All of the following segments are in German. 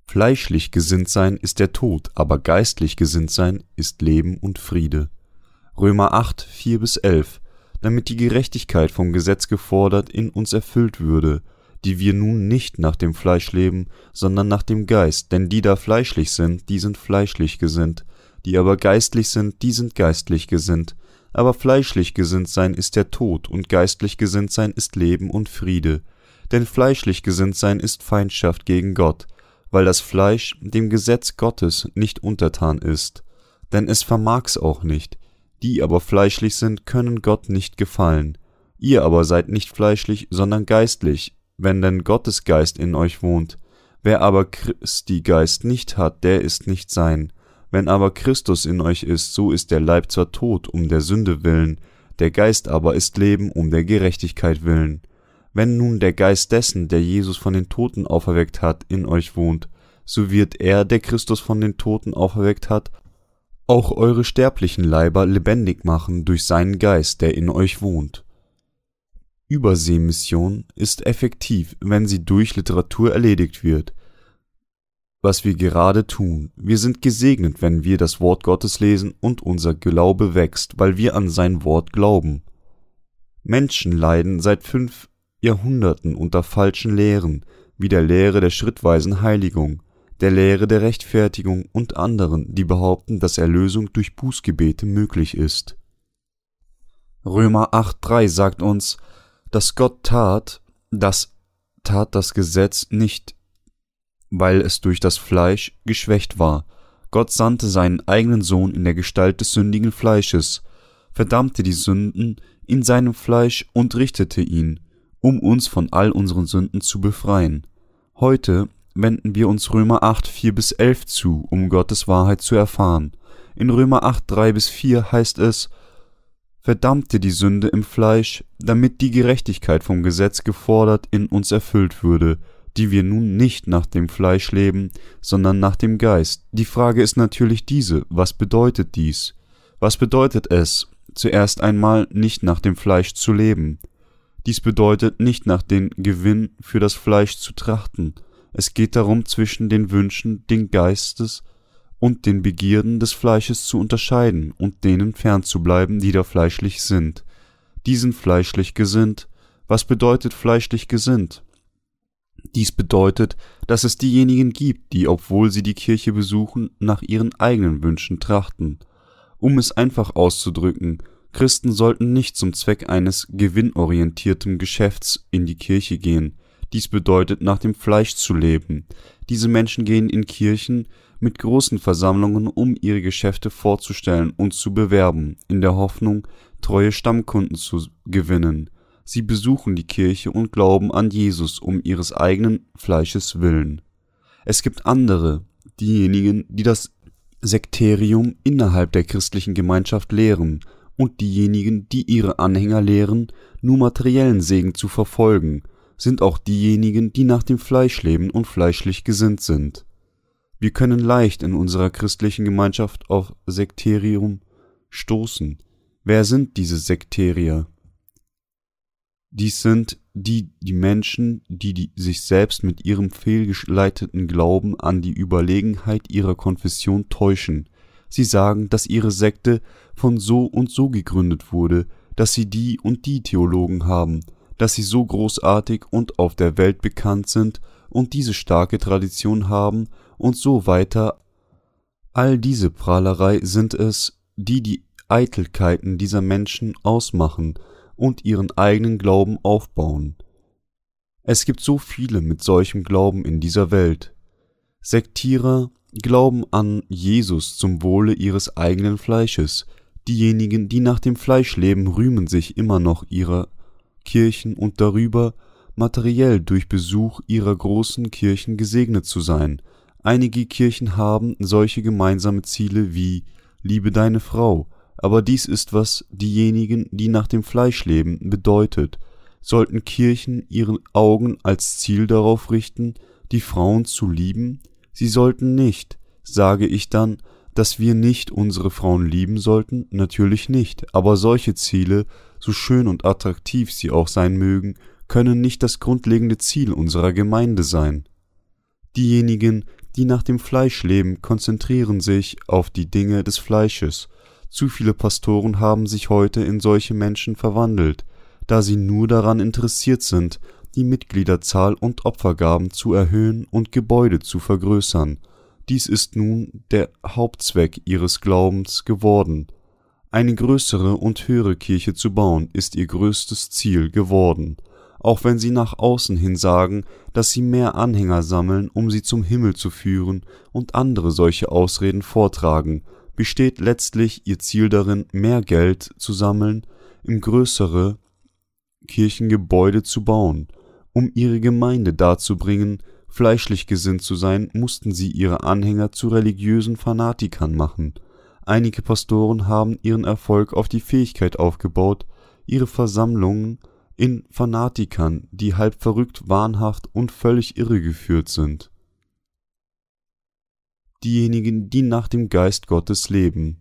Fleischlich gesinnt sein ist der Tod, aber geistlich gesinnt sein ist Leben und Friede. Römer 8, 4-11. Damit die Gerechtigkeit vom Gesetz gefordert in uns erfüllt würde, die wir nun nicht nach dem Fleisch leben, sondern nach dem Geist, denn die da fleischlich sind, die sind fleischlich gesinnt, die aber geistlich sind, die sind geistlich gesinnt. Aber fleischlich gesinnt sein ist der Tod, und geistlich gesinnt sein ist Leben und Friede. Denn fleischlich gesinnt sein ist Feindschaft gegen Gott, weil das Fleisch dem Gesetz Gottes nicht untertan ist. Denn es vermag's auch nicht. Die aber fleischlich sind, können Gott nicht gefallen. Ihr aber seid nicht fleischlich, sondern geistlich, wenn denn Gottes Geist in euch wohnt. Wer aber Christi Geist nicht hat, der ist nicht sein. Wenn aber Christus in euch ist, so ist der Leib zwar tot um der Sünde willen, der Geist aber ist Leben um der Gerechtigkeit willen. Wenn nun der Geist dessen, der Jesus von den Toten auferweckt hat, in euch wohnt, so wird er, der Christus von den Toten auferweckt hat, auch eure sterblichen Leiber lebendig machen durch seinen Geist, der in euch wohnt. Überseemission ist effektiv, wenn sie durch Literatur erledigt wird. Was wir gerade tun, wir sind gesegnet, wenn wir das Wort Gottes lesen und unser Glaube wächst, weil wir an sein Wort glauben. Menschen leiden seit 5 Jahrhunderten unter falschen Lehren, wie der Lehre der schrittweisen Heiligung, der Lehre der Rechtfertigung und anderen, die behaupten, dass Erlösung durch Bußgebete möglich ist. Römer 8,3 sagt uns, dass Gott tat das Gesetz nicht, weil es durch das Fleisch geschwächt war. Gott sandte seinen eigenen Sohn in der Gestalt des sündigen Fleisches, verdammte die Sünden in seinem Fleisch und richtete ihn, um uns von all unseren Sünden zu befreien. Heute wenden wir uns Römer 8, 4-11 zu, um Gottes Wahrheit zu erfahren. In Römer 8, 3-4 heißt es, verdammte die Sünde im Fleisch, damit die Gerechtigkeit vom Gesetz gefordert in uns erfüllt würde, die wir nun nicht nach dem Fleisch leben, sondern nach dem Geist. Die Frage ist natürlich diese, was bedeutet dies? Was bedeutet es, zuerst einmal nicht nach dem Fleisch zu leben? Dies bedeutet nicht nach dem Gewinn für das Fleisch zu trachten. Es geht darum, zwischen den Wünschen des Geistes und den Begierden des Fleisches zu unterscheiden und denen fernzubleiben, die da fleischlich sind. Die sind fleischlich gesinnt. Was bedeutet fleischlich gesinnt? Dies bedeutet, dass es diejenigen gibt, die, obwohl sie die Kirche besuchen, nach ihren eigenen Wünschen trachten. Um es einfach auszudrücken, Christen sollten nicht zum Zweck eines gewinnorientierten Geschäfts in die Kirche gehen. Dies bedeutet, nach dem Fleisch zu leben. Diese Menschen gehen in Kirchen mit großen Versammlungen, um ihre Geschäfte vorzustellen und zu bewerben, in der Hoffnung, treue Stammkunden zu gewinnen. Sie besuchen die Kirche und glauben an Jesus um ihres eigenen Fleisches willen. Es gibt andere, diejenigen, die das Sekterium innerhalb der christlichen Gemeinschaft lehren, und diejenigen, die ihre Anhänger lehren, nur materiellen Segen zu verfolgen, sind auch diejenigen, die nach dem Fleisch leben und fleischlich gesinnt sind. Wir können leicht in unserer christlichen Gemeinschaft auf Sekterium stoßen. Wer sind diese Sekterier? Dies sind die Menschen, die sich selbst mit ihrem fehlgeleiteten Glauben an die Überlegenheit ihrer Konfession täuschen. Sie sagen, dass ihre Sekte von so und so gegründet wurde, dass sie die und die Theologen haben, dass sie so großartig und auf der Welt bekannt sind und diese starke Tradition haben und so weiter. All diese Prahlerei sind es, die die Eitelkeiten dieser Menschen ausmachen und ihren eigenen Glauben aufbauen. Es gibt so viele mit solchem Glauben in dieser Welt. Sektierer glauben an Jesus zum Wohle ihres eigenen Fleisches. Diejenigen, die nach dem Fleisch leben, rühmen sich immer noch ihrer Kirchen und darüber, materiell durch Besuch ihrer großen Kirchen gesegnet zu sein. Einige Kirchen haben solche gemeinsame Ziele wie Liebe deine Frau, aber dies ist, was diejenigen, die nach dem Fleisch leben, bedeutet. Sollten Kirchen ihre Augen als Ziel darauf richten, die Frauen zu lieben? Sie sollten nicht. Sage ich dann, dass wir nicht unsere Frauen lieben sollten? Natürlich nicht, aber solche Ziele, so schön und attraktiv sie auch sein mögen, können nicht das grundlegende Ziel unserer Gemeinde sein. Diejenigen, die nach dem Fleisch leben, konzentrieren sich auf die Dinge des Fleisches. Zu viele Pastoren haben sich heute in solche Menschen verwandelt, da sie nur daran interessiert sind, die Mitgliederzahl und Opfergaben zu erhöhen und Gebäude zu vergrößern. Dies ist nun der Hauptzweck ihres Glaubens geworden. Eine größere und höhere Kirche zu bauen, ist ihr größtes Ziel geworden. Auch wenn sie nach außen hin sagen, dass sie mehr Anhänger sammeln, um sie zum Himmel zu führen und andere solche Ausreden vortragen, besteht letztlich ihr Ziel darin, mehr Geld zu sammeln, um größere Kirchengebäude zu bauen. Um ihre Gemeinde darzubringen, fleischlich gesinnt zu sein, mussten sie ihre Anhänger zu religiösen Fanatikern machen. Einige Pastoren haben ihren Erfolg auf die Fähigkeit aufgebaut, ihre Versammlungen in Fanatikern, die halb verrückt, wahnhaft und völlig irregeführt sind. Diejenigen, die nach dem Geist Gottes leben.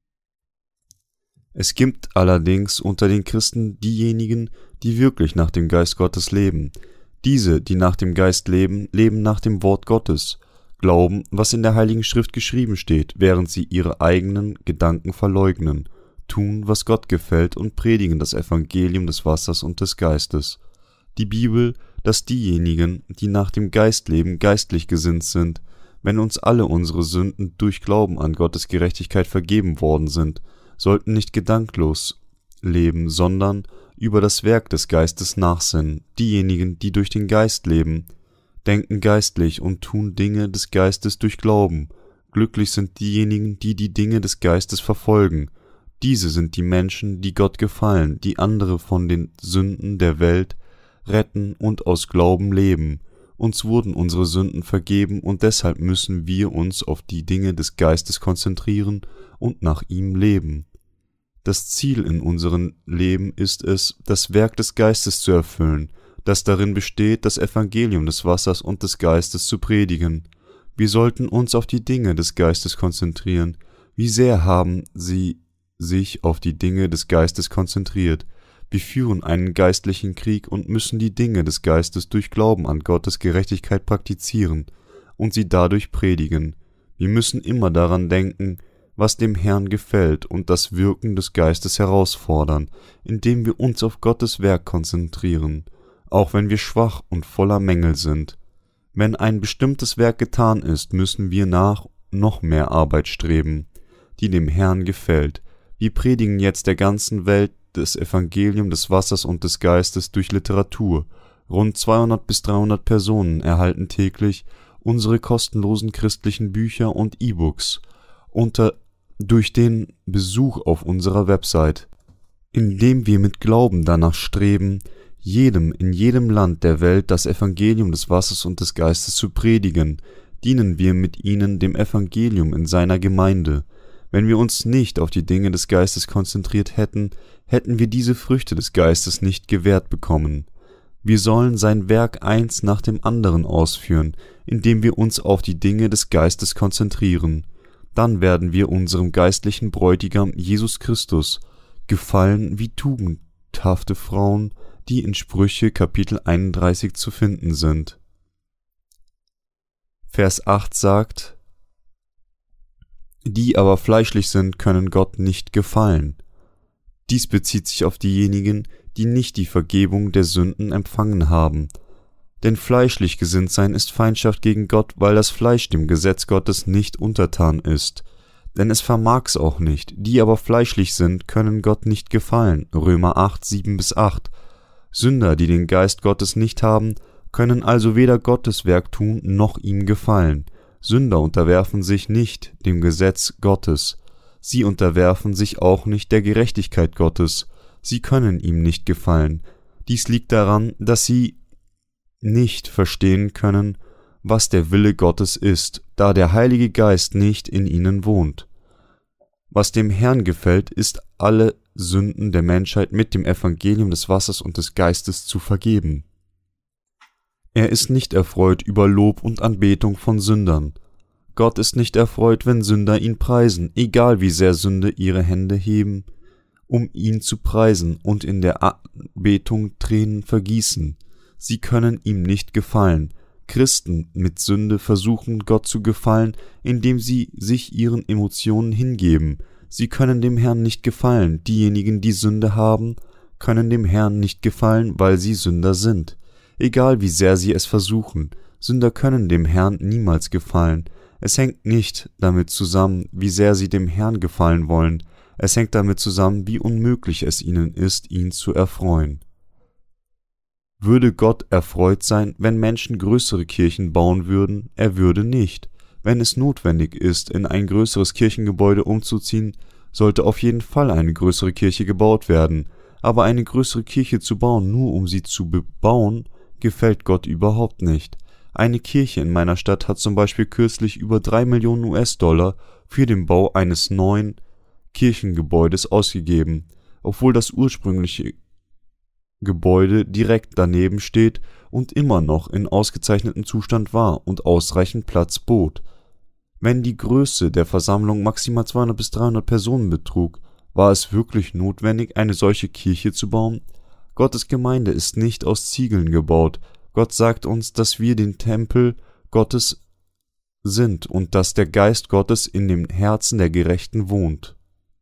Es gibt allerdings unter den Christen diejenigen, die wirklich nach dem Geist Gottes leben. Diese, die nach dem Geist leben, leben nach dem Wort Gottes, glauben, was in der Heiligen Schrift geschrieben steht, während sie ihre eigenen Gedanken verleugnen, tun, was Gott gefällt und predigen das Evangelium des Wassers und des Geistes. Die Bibel, dass diejenigen, die nach dem Geist leben, geistlich gesinnt sind, wenn uns alle unsere Sünden durch Glauben an Gottes Gerechtigkeit vergeben worden sind, sollten nicht gedanklos leben, sondern über das Werk des Geistes nachsinnen. Diejenigen, die durch den Geist leben, denken geistlich und tun Dinge des Geistes durch Glauben. Glücklich sind diejenigen, die die Dinge des Geistes verfolgen. Diese sind die Menschen, die Gott gefallen, die andere von den Sünden der Welt retten und aus Glauben leben. Uns wurden unsere Sünden vergeben und deshalb müssen wir uns auf die Dinge des Geistes konzentrieren und nach ihm leben. Das Ziel in unserem Leben ist es, das Werk des Geistes zu erfüllen, das darin besteht, das Evangelium des Wassers und des Geistes zu predigen. Wir sollten uns auf die Dinge des Geistes konzentrieren. Wie sehr haben sie sich auf die Dinge des Geistes konzentriert? Wir führen einen geistlichen Krieg und müssen die Dinge des Geistes durch Glauben an Gottes Gerechtigkeit praktizieren und sie dadurch predigen. Wir müssen immer daran denken, was dem Herrn gefällt und das Wirken des Geistes herausfordern, indem wir uns auf Gottes Werk konzentrieren, auch wenn wir schwach und voller Mängel sind. Wenn ein bestimmtes Werk getan ist, müssen wir nach noch mehr Arbeit streben, die dem Herrn gefällt. Wir predigen jetzt der ganzen Welt das Evangelium des Wassers und des Geistes durch Literatur. Rund 200 bis 300 Personen erhalten täglich unsere kostenlosen christlichen Bücher und E-Books durch den Besuch auf unserer Website. Indem wir mit Glauben danach streben, in jedem Land der Welt das Evangelium des Wassers und des Geistes zu predigen, dienen wir mit ihnen dem Evangelium in seiner Gemeinde. Wenn wir uns nicht auf die Dinge des Geistes konzentriert hätten, hätten wir diese Früchte des Geistes nicht gewährt bekommen. Wir sollen sein Werk eins nach dem anderen ausführen, indem wir uns auf die Dinge des Geistes konzentrieren. Dann werden wir unserem geistlichen Bräutigam Jesus Christus gefallen wie tugendhafte Frauen, die in Sprüche Kapitel 31 zu finden sind. Vers 8 sagt: Die aber fleischlich sind, können Gott nicht gefallen. Dies bezieht sich auf diejenigen, die nicht die Vergebung der Sünden empfangen haben. Denn fleischlich gesinnt sein ist Feindschaft gegen Gott, weil das Fleisch dem Gesetz Gottes nicht untertan ist. Denn es vermag's auch nicht. Die aber fleischlich sind, können Gott nicht gefallen. Römer 8, 7-8. Sünder, die den Geist Gottes nicht haben, können also weder Gottes Werk tun, noch ihm gefallen. Sünder unterwerfen sich nicht dem Gesetz Gottes. Sie unterwerfen sich auch nicht der Gerechtigkeit Gottes. Sie können ihm nicht gefallen. Dies liegt daran, dass sie nicht verstehen können, was der Wille Gottes ist, da der Heilige Geist nicht in ihnen wohnt. Was dem Herrn gefällt, ist, alle Sünden der Menschheit mit dem Evangelium des Wassers und des Geistes zu vergeben. Er ist nicht erfreut über Lob und Anbetung von Sündern. Gott ist nicht erfreut, wenn Sünder ihn preisen, egal wie sehr Sünder ihre Hände heben, um ihn zu preisen und in der Anbetung Tränen vergießen. Sie können ihm nicht gefallen. Christen mit Sünde versuchen, Gott zu gefallen, indem sie sich ihren Emotionen hingeben. Sie können dem Herrn nicht gefallen. Diejenigen, die Sünde haben, können dem Herrn nicht gefallen, weil sie Sünder sind. Egal wie sehr sie es versuchen, Sünder können dem Herrn niemals gefallen. Es hängt nicht damit zusammen, wie sehr sie dem Herrn gefallen wollen. Es hängt damit zusammen, wie unmöglich es ihnen ist, ihn zu erfreuen. Würde Gott erfreut sein, wenn Menschen größere Kirchen bauen würden? Er würde nicht. Wenn es notwendig ist, in ein größeres Kirchengebäude umzuziehen, sollte auf jeden Fall eine größere Kirche gebaut werden. Aber eine größere Kirche zu bauen, nur um sie zu bebauen, gefällt Gott überhaupt nicht. Eine Kirche in meiner Stadt hat zum Beispiel kürzlich über 3 Millionen US-Dollar für den Bau eines neuen Kirchengebäudes ausgegeben, obwohl das ursprüngliche Gebäude direkt daneben steht und immer noch in ausgezeichnetem Zustand war und ausreichend Platz bot. Wenn die Größe der Versammlung maximal 200 bis 300 Personen betrug, war es wirklich notwendig, eine solche Kirche zu bauen? Gottes Gemeinde ist nicht aus Ziegeln gebaut. Gott sagt uns, dass wir den Tempel Gottes sind und dass der Geist Gottes in dem Herzen der Gerechten wohnt.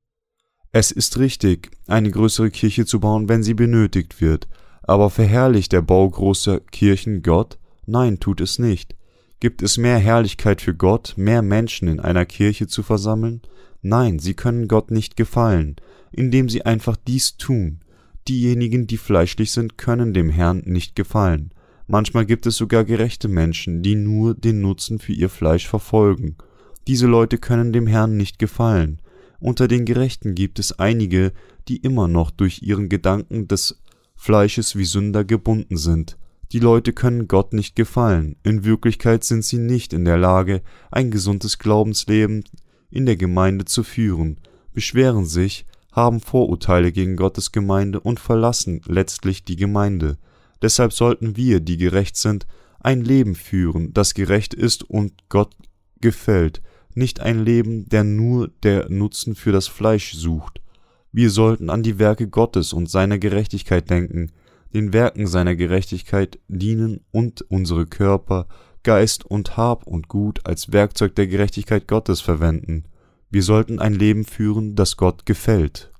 Es ist richtig, eine größere Kirche zu bauen, wenn sie benötigt wird, aber verherrlicht der Bau großer Kirchen Gott? Nein, tut es nicht. Gibt es mehr Herrlichkeit für Gott, mehr Menschen in einer Kirche zu versammeln? Nein, sie können Gott nicht gefallen, indem sie einfach dies tun. Diejenigen, die fleischlich sind, können dem Herrn nicht gefallen. Manchmal gibt es sogar gerechte Menschen, die nur den Nutzen für ihr Fleisch verfolgen. Diese Leute können dem Herrn nicht gefallen. Unter den Gerechten gibt es einige, die immer noch durch ihren Gedanken des Fleisches wie Sünder gebunden sind. Die Leute können Gott nicht gefallen. In Wirklichkeit sind sie nicht in der Lage, ein gesundes Glaubensleben in der Gemeinde zu führen, beschweren sich, haben Vorurteile gegen Gottes Gemeinde und verlassen letztlich die Gemeinde. Deshalb sollten wir, die gerecht sind, ein Leben führen, das gerecht ist und Gott gefällt, nicht ein Leben, der nur der Nutzen für das Fleisch sucht. Wir sollten an die Werke Gottes und seiner Gerechtigkeit denken, den Werken seiner Gerechtigkeit dienen und unsere Körper, Geist und Hab und Gut als Werkzeug der Gerechtigkeit Gottes verwenden. Wir sollten ein Leben führen, das Gott gefällt.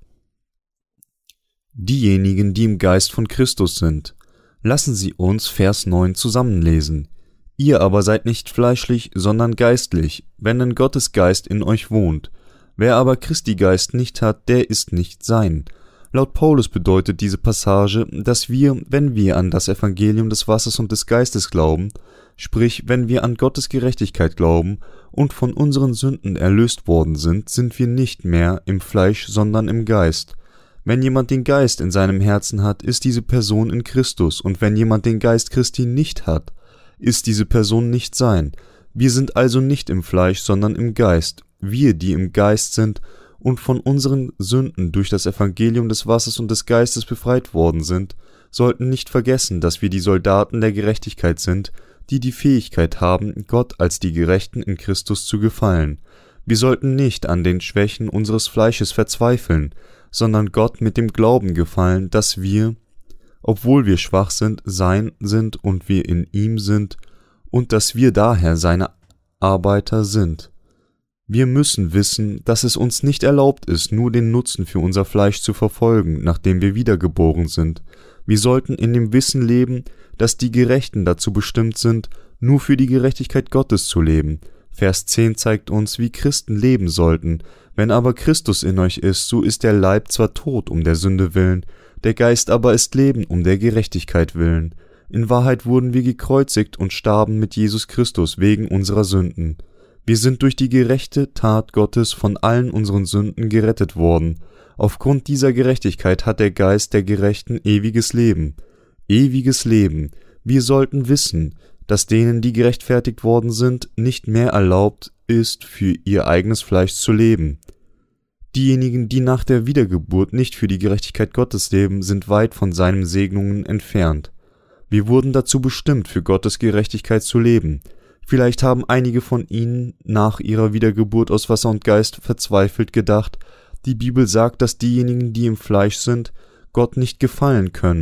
Diejenigen, die im Geist von Christus sind. Lassen Sie uns Vers 9 zusammenlesen. Ihr aber seid nicht fleischlich, sondern geistlich, wenn denn Gottes Geist in euch wohnt. Wer aber Christi Geist nicht hat, der ist nicht sein. Laut Paulus bedeutet diese Passage, dass wir, wenn wir an das Evangelium des Wassers und des Geistes glauben, sprich, wenn wir an Gottes Gerechtigkeit glauben und von unseren Sünden erlöst worden sind, sind wir nicht mehr im Fleisch, sondern im Geist. Wenn jemand den Geist in seinem Herzen hat, ist diese Person in Christus, und wenn jemand den Geist Christi nicht hat, ist diese Person nicht sein. Wir sind also nicht im Fleisch, sondern im Geist. Wir, die im Geist sind und von unseren Sünden durch das Evangelium des Wassers und des Geistes befreit worden sind, sollten nicht vergessen, dass wir die Soldaten der Gerechtigkeit sind, die die Fähigkeit haben, Gott als die Gerechten in Christus zu gefallen. Wir sollten nicht an den Schwächen unseres Fleisches verzweifeln, sondern Gott mit dem Glauben gefallen, dass wir, obwohl wir schwach sind, sein sind und wir in ihm sind und dass wir daher seine Arbeiter sind. Wir müssen wissen, dass es uns nicht erlaubt ist, nur den Nutzen für unser Fleisch zu verfolgen, nachdem wir wiedergeboren sind. Wir sollten in dem Wissen leben, dass die Gerechten dazu bestimmt sind, nur für die Gerechtigkeit Gottes zu leben. Vers 10 zeigt uns, wie Christen leben sollten. Wenn aber Christus in euch ist, so ist der Leib zwar tot um der Sünde willen, der Geist aber ist Leben um der Gerechtigkeit willen. In Wahrheit wurden wir gekreuzigt und starben mit Jesus Christus wegen unserer Sünden. Wir sind durch die gerechte Tat Gottes von allen unseren Sünden gerettet worden. Aufgrund dieser Gerechtigkeit hat der Geist der Gerechten ewiges Leben. Ewiges Leben. Wir sollten wissen, dass denen, die gerechtfertigt worden sind, nicht mehr erlaubt ist, für ihr eigenes Fleisch zu leben. Diejenigen, die nach der Wiedergeburt nicht für die Gerechtigkeit Gottes leben, sind weit von seinen Segnungen entfernt. Wir wurden dazu bestimmt, für Gottes Gerechtigkeit zu leben. Vielleicht haben einige von ihnen nach ihrer Wiedergeburt aus Wasser und Geist verzweifelt gedacht, die Bibel sagt, dass diejenigen, die im Fleisch sind, Gott nicht gefallen können.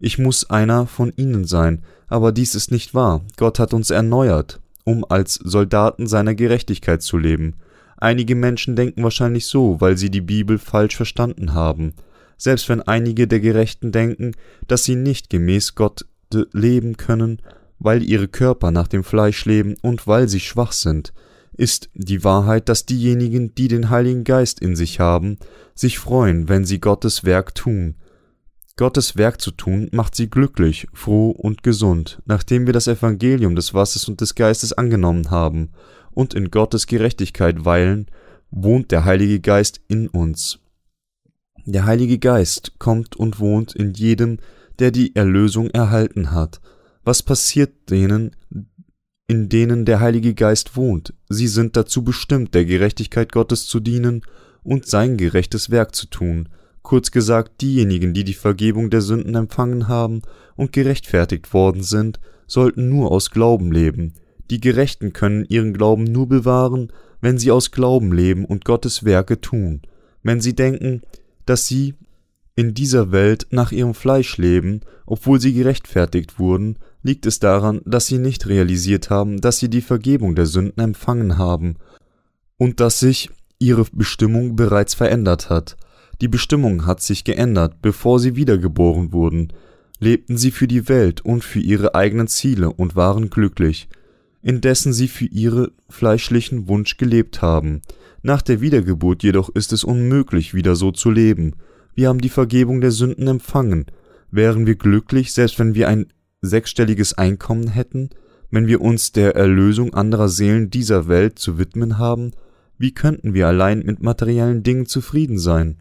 Ich muss einer von ihnen sein, aber dies ist nicht wahr. Gott hat uns erneuert, um als Soldaten seiner Gerechtigkeit zu leben. Einige Menschen denken wahrscheinlich so, weil sie die Bibel falsch verstanden haben. Selbst wenn einige der Gerechten denken, dass sie nicht gemäß Gott leben können, weil ihre Körper nach dem Fleisch leben und weil sie schwach sind, ist die Wahrheit, dass diejenigen, die den Heiligen Geist in sich haben, sich freuen, wenn sie Gottes Werk tun. Gottes Werk zu tun, macht sie glücklich, froh und gesund, nachdem wir das Evangelium des Wassers und des Geistes angenommen haben und in Gottes Gerechtigkeit weilen, wohnt der Heilige Geist in uns. Der Heilige Geist kommt und wohnt in jedem, der die Erlösung erhalten hat. Was passiert denen, in denen der Heilige Geist wohnt? Sie sind dazu bestimmt, der Gerechtigkeit Gottes zu dienen und sein gerechtes Werk zu tun. Kurz gesagt, diejenigen, die die Vergebung der Sünden empfangen haben und gerechtfertigt worden sind, sollten nur aus Glauben leben. Die Gerechten können ihren Glauben nur bewahren, wenn sie aus Glauben leben und Gottes Werke tun. Wenn sie denken, dass sie in dieser Welt nach ihrem Fleisch leben, obwohl sie gerechtfertigt wurden, liegt es daran, dass sie nicht realisiert haben, dass sie die Vergebung der Sünden empfangen haben und dass sich ihre Bestimmung bereits verändert hat. Die Bestimmung hat sich geändert, bevor sie wiedergeboren wurden, lebten sie für die Welt und für ihre eigenen Ziele und waren glücklich, indessen sie für ihre fleischlichen Wunsch gelebt haben. Nach der Wiedergeburt jedoch ist es unmöglich, wieder so zu leben. Wir haben die Vergebung der Sünden empfangen. Wären wir glücklich, selbst wenn wir ein 6-stelliges Einkommen hätten, wenn wir uns der Erlösung anderer Seelen dieser Welt zu widmen haben? Wie könnten wir allein mit materiellen Dingen zufrieden sein?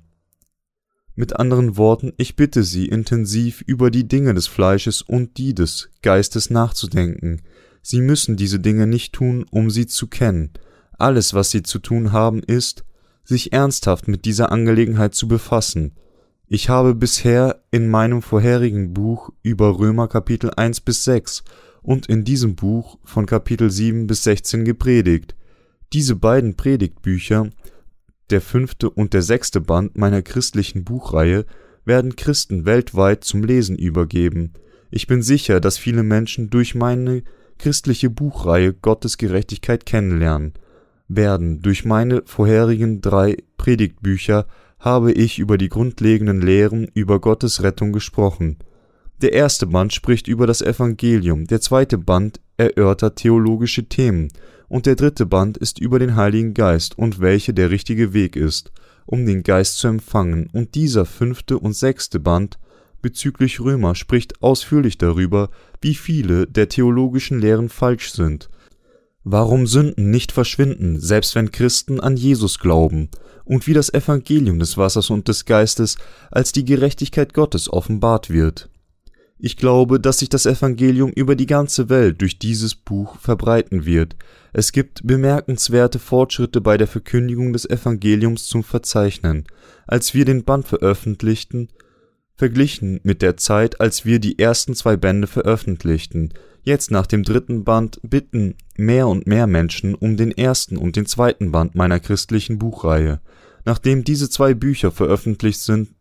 Mit anderen Worten, ich bitte Sie, intensiv über die Dinge des Fleisches und die des Geistes nachzudenken. Sie müssen diese Dinge nicht tun, um sie zu kennen. Alles, was Sie zu tun haben, ist, sich ernsthaft mit dieser Angelegenheit zu befassen. Ich habe bisher in meinem vorherigen Buch über Römer Kapitel 1 bis 6 und in diesem Buch von Kapitel 7 bis 16 gepredigt. Diese beiden Predigtbücher, der 5. und der 6. Band meiner christlichen Buchreihe, werden Christen weltweit zum Lesen übergeben. Ich bin sicher, dass viele Menschen durch meine christliche Buchreihe Gottes Gerechtigkeit kennenlernen werden. Durch meine vorherigen 3 Predigtbücher habe ich über die grundlegenden Lehren über Gottes Rettung gesprochen. Der 1. Band spricht über das Evangelium, der 2. Band erörtert theologische Themen und der 3. Band ist über den Heiligen Geist und welche der richtige Weg ist, um den Geist zu empfangen, und dieser 5. und 6. Band bezüglich Römer spricht ausführlich darüber, wie viele der theologischen Lehren falsch sind, warum Sünden nicht verschwinden, selbst wenn Christen an Jesus glauben, und wie das Evangelium des Wassers und des Geistes als die Gerechtigkeit Gottes offenbart wird. Ich glaube, dass sich das Evangelium über die ganze Welt durch dieses Buch verbreiten wird. Es gibt bemerkenswerte Fortschritte bei der Verkündigung des Evangeliums zum Verzeichnen. Als wir den Band veröffentlichten, verglichen mit der Zeit, als wir die ersten 2 Bände veröffentlichten. Jetzt nach dem 3. Band bitten mehr und mehr Menschen um den 1. und den 2. Band meiner christlichen Buchreihe. Nachdem diese 2 Bücher veröffentlicht sind,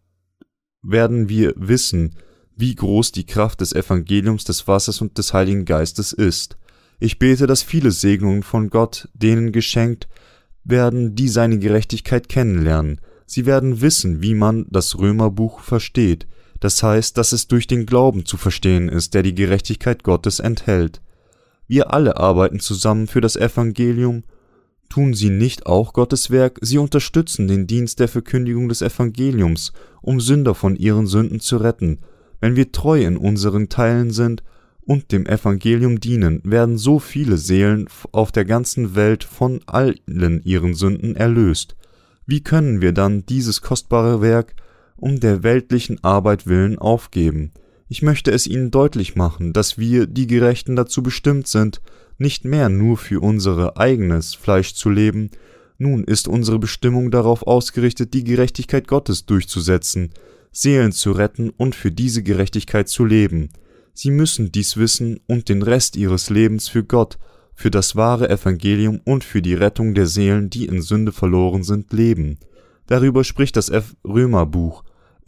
werden wir wissen, wie groß die Kraft des Evangeliums des Wassers und des Heiligen Geistes ist. Ich bete, dass viele Segnungen von Gott denen geschenkt werden, die seine Gerechtigkeit kennenlernen. Sie werden wissen, wie man das Römerbuch versteht. Das heißt, dass es durch den Glauben zu verstehen ist, der die Gerechtigkeit Gottes enthält. Wir alle arbeiten zusammen für das Evangelium. Tun Sie nicht auch Gottes Werk? Sie unterstützen den Dienst der Verkündigung des Evangeliums, um Sünder von ihren Sünden zu retten. Wenn wir treu in unseren Teilen sind und dem Evangelium dienen, werden so viele Seelen auf der ganzen Welt von allen ihren Sünden erlöst. Wie können wir dann dieses kostbare Werk um der weltlichen Arbeit willen aufgeben? Ich möchte es Ihnen deutlich machen, dass wir, die Gerechten, dazu bestimmt sind, nicht mehr nur für unser eigenes Fleisch zu leben. Nun ist unsere Bestimmung darauf ausgerichtet, die Gerechtigkeit Gottes durchzusetzen, Seelen zu retten und für diese Gerechtigkeit zu leben. Sie müssen dies wissen und den Rest ihres Lebens für Gott, für das wahre Evangelium und für die Rettung der Seelen, die in Sünde verloren sind, leben. Darüber spricht das Römerbuch.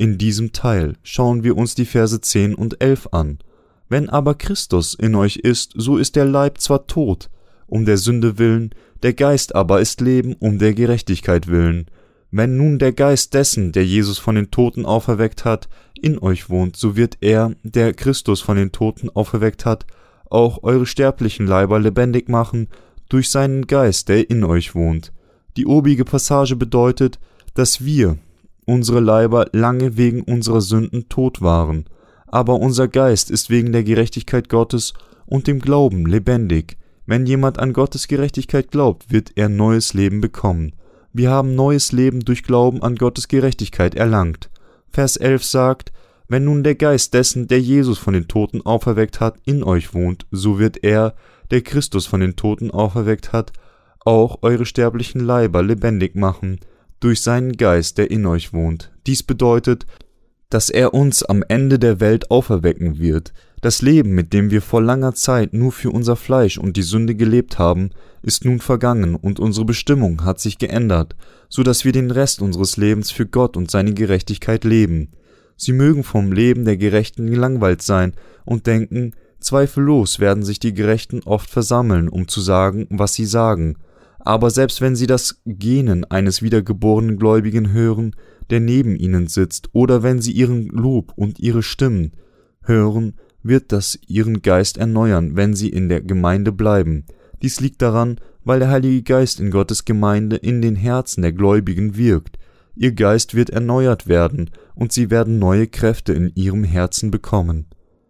in diesem Teil schauen wir uns die Verse 10 und 11 an. Wenn aber Christus in euch ist, so ist der Leib zwar tot, um der Sünde willen, der Geist aber ist Leben, um der Gerechtigkeit willen. Wenn nun der Geist dessen, der Jesus von den Toten auferweckt hat, in euch wohnt, so wird er, der Christus von den Toten auferweckt hat, auch eure sterblichen Leiber lebendig machen, durch seinen Geist, der in euch wohnt. Die obige Passage bedeutet, dass wir, unsere Leiber, lange wegen unserer Sünden tot waren, aber unser Geist ist wegen der Gerechtigkeit Gottes und dem Glauben lebendig. Wenn jemand an Gottes Gerechtigkeit glaubt, wird er neues Leben bekommen. Wir haben neues Leben durch Glauben an Gottes Gerechtigkeit erlangt. Vers 11 sagt, wenn nun der Geist dessen, der Jesus von den Toten auferweckt hat, in euch wohnt, so wird er, der Christus von den Toten auferweckt hat, auch eure sterblichen Leiber lebendig machen, durch seinen Geist, der in euch wohnt. Dies bedeutet, dass er uns am Ende der Welt auferwecken wird. Das Leben, mit dem wir vor langer Zeit nur für unser Fleisch und die Sünde gelebt haben, ist nun vergangen und unsere Bestimmung hat sich geändert, so dass wir den Rest unseres Lebens für Gott und seine Gerechtigkeit leben. Sie mögen vom Leben der Gerechten gelangweilt sein und denken, zweifellos werden sich die Gerechten oft versammeln, um zu sagen, was sie sagen. Aber selbst wenn sie das Gähnen eines wiedergeborenen Gläubigen hören, der neben ihnen sitzt, oder wenn sie ihren Lob und ihre Stimmen hören, wird das ihren Geist erneuern, wenn sie in der Gemeinde bleiben. Dies liegt daran, weil der Heilige Geist in Gottes Gemeinde in den Herzen der Gläubigen wirkt. Ihr Geist wird erneuert werden, und sie werden neue Kräfte in ihrem Herzen bekommen.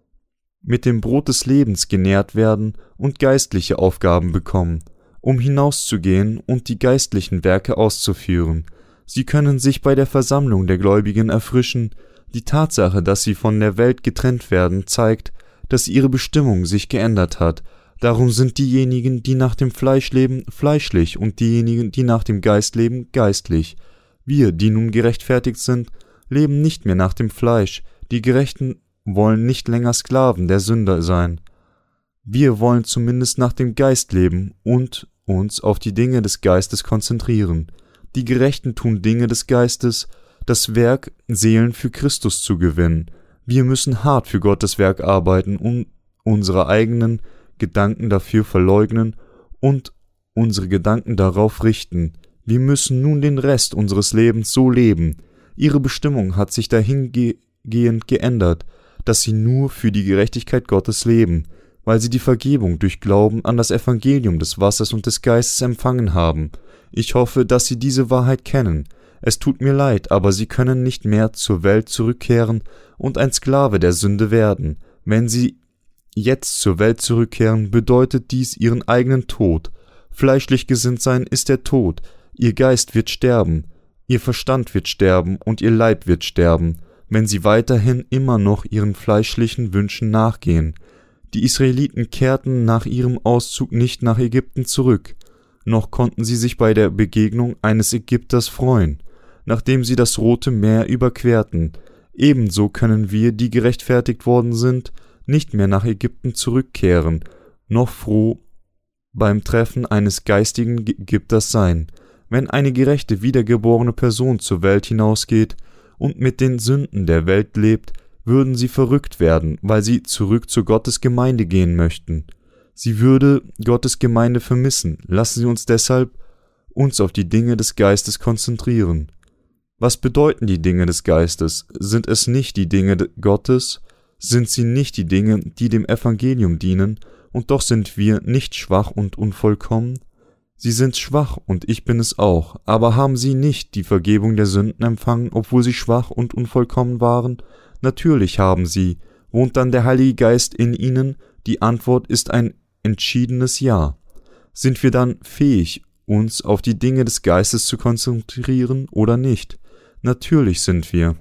Mit dem Brot des Lebens genährt werden und geistliche Aufgaben bekommen, um hinauszugehen und die geistlichen Werke auszuführen. Sie können sich bei der Versammlung der Gläubigen erfrischen. Die Tatsache, dass sie von der Welt getrennt werden, zeigt, dass ihre Bestimmung sich geändert hat. Darum sind diejenigen, die nach dem Fleisch leben, fleischlich, und diejenigen, die nach dem Geist leben, geistlich. Wir, die nun gerechtfertigt sind, leben nicht mehr nach dem Fleisch. Die Gerechten wollen nicht länger Sklaven der Sünder sein. Wir wollen zumindest nach dem Geist leben und uns auf die Dinge des Geistes konzentrieren. Die Gerechten tun Dinge des Geistes, das Werk, Seelen für Christus zu gewinnen. Wir müssen hart für Gottes Werk arbeiten und unsere eigenen Gedanken dafür verleugnen und unsere Gedanken darauf richten. Wir müssen nun den Rest unseres Lebens so leben. Ihre Bestimmung hat sich dahingehend geändert, dass sie nur für die Gerechtigkeit Gottes leben, weil sie die Vergebung durch Glauben an das Evangelium des Wassers und des Geistes empfangen haben. Ich hoffe, dass Sie diese Wahrheit kennen. Es tut mir leid, aber Sie können nicht mehr zur Welt zurückkehren und ein Sklave der Sünde werden. Wenn Sie jetzt zur Welt zurückkehren, bedeutet dies Ihren eigenen Tod. Fleischlich gesinnt sein ist der Tod. Ihr Geist wird sterben, Ihr Verstand wird sterben und Ihr Leib wird sterben, wenn Sie weiterhin immer noch Ihren fleischlichen Wünschen nachgehen. Die Israeliten kehrten nach ihrem Auszug nicht nach Ägypten zurück, noch konnten sie sich bei der Begegnung eines Ägypters freuen, nachdem sie das Rote Meer überquerten. Ebenso können wir, die gerechtfertigt worden sind, nicht mehr nach Ägypten zurückkehren, noch froh beim Treffen eines geistigen Ägypters sein. Wenn eine gerechte, wiedergeborene Person zur Welt hinausgeht und mit den Sünden der Welt lebt, würden sie verrückt werden, weil sie zurück zu Gottes Gemeinde gehen möchten. Sie würde Gottes Gemeinde vermissen. Lassen Sie uns deshalb uns auf die Dinge des Geistes konzentrieren. Was bedeuten die Dinge des Geistes? Sind es nicht die Dinge Gottes? Sind sie nicht die Dinge, die dem Evangelium dienen? Und doch sind wir nicht schwach und unvollkommen? Sie sind schwach und ich bin es auch, aber haben sie nicht die Vergebung der Sünden empfangen, obwohl sie schwach und unvollkommen waren? Natürlich haben sie. Wohnt dann der Heilige Geist in ihnen? Die Antwort ist ein entschiedenes Ja. Sind wir dann fähig, uns auf die Dinge des Geistes zu konzentrieren oder nicht? Natürlich sind wir.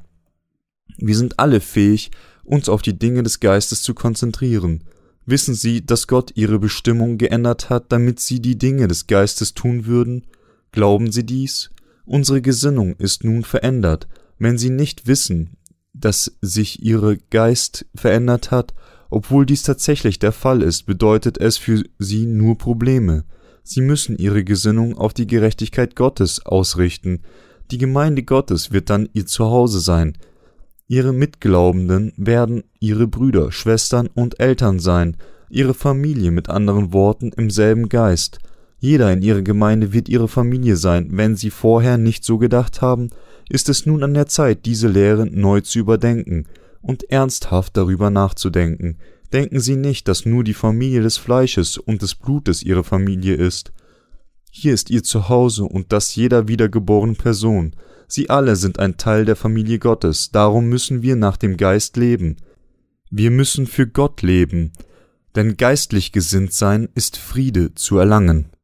Wir sind alle fähig, uns auf die Dinge des Geistes zu konzentrieren. Wissen Sie, dass Gott Ihre Bestimmung geändert hat, damit Sie die Dinge des Geistes tun würden? Glauben Sie dies? Unsere Gesinnung ist nun verändert. Wenn Sie nicht wissen, dass sich Ihr Geist verändert hat, obwohl dies tatsächlich der Fall ist, bedeutet es für Sie nur Probleme. Sie müssen Ihre Gesinnung auf die Gerechtigkeit Gottes ausrichten. Die Gemeinde Gottes wird dann Ihr Zuhause sein. Ihre Mitglaubenden werden ihre Brüder, Schwestern und Eltern sein, ihre Familie mit anderen Worten im selben Geist. Jeder in ihrer Gemeinde wird ihre Familie sein. Wenn sie vorher nicht so gedacht haben, ist es nun an der Zeit, diese Lehre neu zu überdenken und ernsthaft darüber nachzudenken. Denken Sie nicht, dass nur die Familie des Fleisches und des Blutes Ihre Familie ist. Hier ist Ihr Zuhause und das jeder wiedergeborenen Person. Sie alle sind ein Teil der Familie Gottes, darum müssen wir nach dem Geist leben. Wir müssen für Gott leben, denn geistlich gesinnt sein ist Friede zu erlangen.